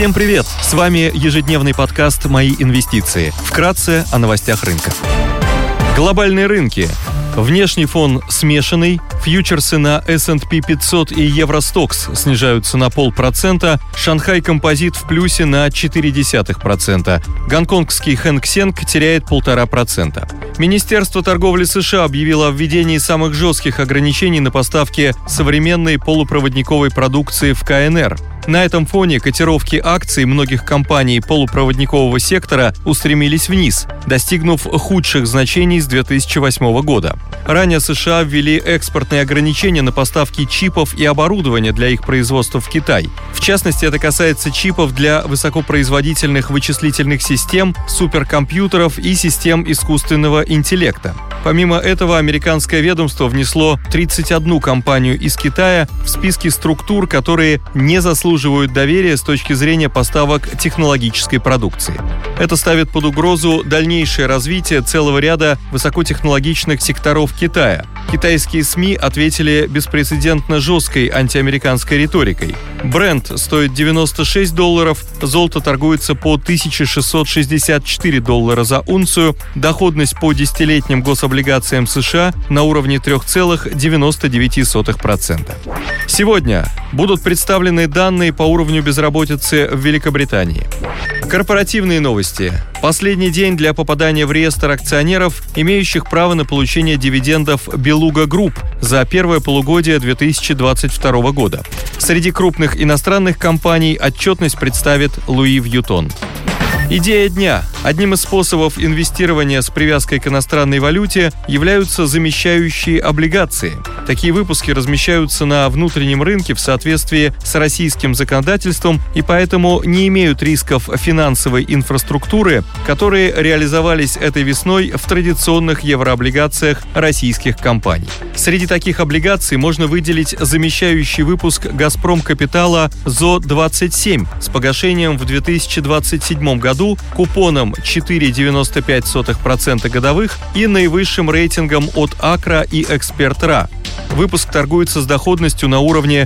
Всем привет! С вами ежедневный подкаст «Мои инвестиции». Вкратце о новостях рынка. Глобальные рынки. Внешний фон смешанный. Фьючерсы на S&P 500 и Евростокс снижаются на 0,5%. Шанхай Композит в плюсе на 0,4%. Гонконгский Хэнк Сенг теряет 1,5%. Министерство торговли США объявило о введении самых жестких ограничений на поставки современной полупроводниковой продукции в КНР. На этом фоне котировки акций многих компаний полупроводникового сектора устремились вниз, достигнув худших значений с 2008 года. Ранее США ввели экспортные ограничения на поставки чипов и оборудования для их производства в Китай. В частности, это касается чипов для высокопроизводительных вычислительных систем, суперкомпьютеров и систем искусственного интеллекта. Помимо этого, американское ведомство внесло 31 компанию из Китая в списки структур, которые не заслуживают доверия с точки зрения поставок технологической продукции. Это ставит под угрозу дальнейшее развитие целого ряда высокотехнологичных секторов Китая. Китайские СМИ ответили беспрецедентно жесткой антиамериканской риторикой. Брент стоит $96, золото торгуется по $1664 за унцию, доходность по десятилетним гособлигациям США на уровне 3,99%. Сегодня будут представлены данные по уровню безработицы в Великобритании. Корпоративные новости. Последний день для попадания в реестр акционеров, имеющих право на получение дивидендов Beluga Group за первое полугодие 2022 года. Среди крупных иностранных компаний отчетность представит Луи Вьютон. Идея дня. Одним из способов инвестирования с привязкой к иностранной валюте являются замещающие облигации. Такие выпуски размещаются на внутреннем рынке в соответствии с российским законодательством и поэтому не имеют рисков финансовой инфраструктуры, которые реализовались этой весной в традиционных еврооблигациях российских компаний. Среди таких облигаций можно выделить замещающий выпуск «Газпром Капитала» ЗО-27 с погашением в 2027 году, купоном 4,95% годовых и наивысшим рейтингом от Акра и Эксперт.РА. Выпуск торгуется с доходностью на уровне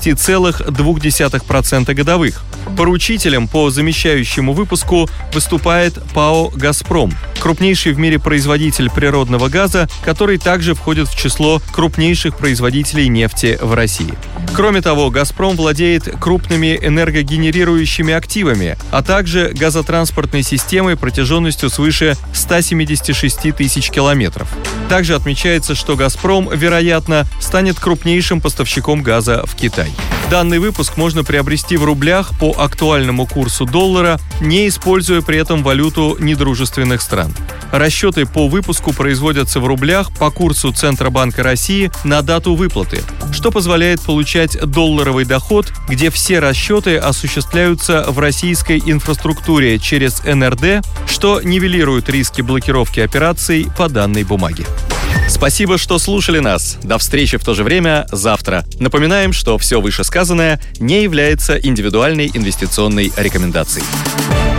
6,2% годовых. Поручителем по замещающему выпуску выступает ПАО «Газпром», крупнейший в мире производитель природного газа, который также входит в число крупнейших производителей нефти в России. Кроме того, «Газпром» владеет крупными энергогенерирующими активами, а также газотранспортной системой протяженностью свыше 176 тысяч километров. Также отмечается, что «Газпром», вероятно, станет крупнейшим поставщиком газа в Китай. Данный выпуск можно приобрести в рублях по актуальному курсу доллара, не используя при этом валюту недружественных стран. Расчеты по выпуску производятся в рублях по курсу Центробанка России на дату выплаты, что позволяет получать долларовый доход, где все расчеты осуществляются в российской инфраструктуре через НРД, что нивелирует риски блокировки операций по данной бумаге. Спасибо, что слушали нас. До встречи в то же время завтра. Напоминаем, что все вышесказанное не является индивидуальной инвестиционной рекомендацией.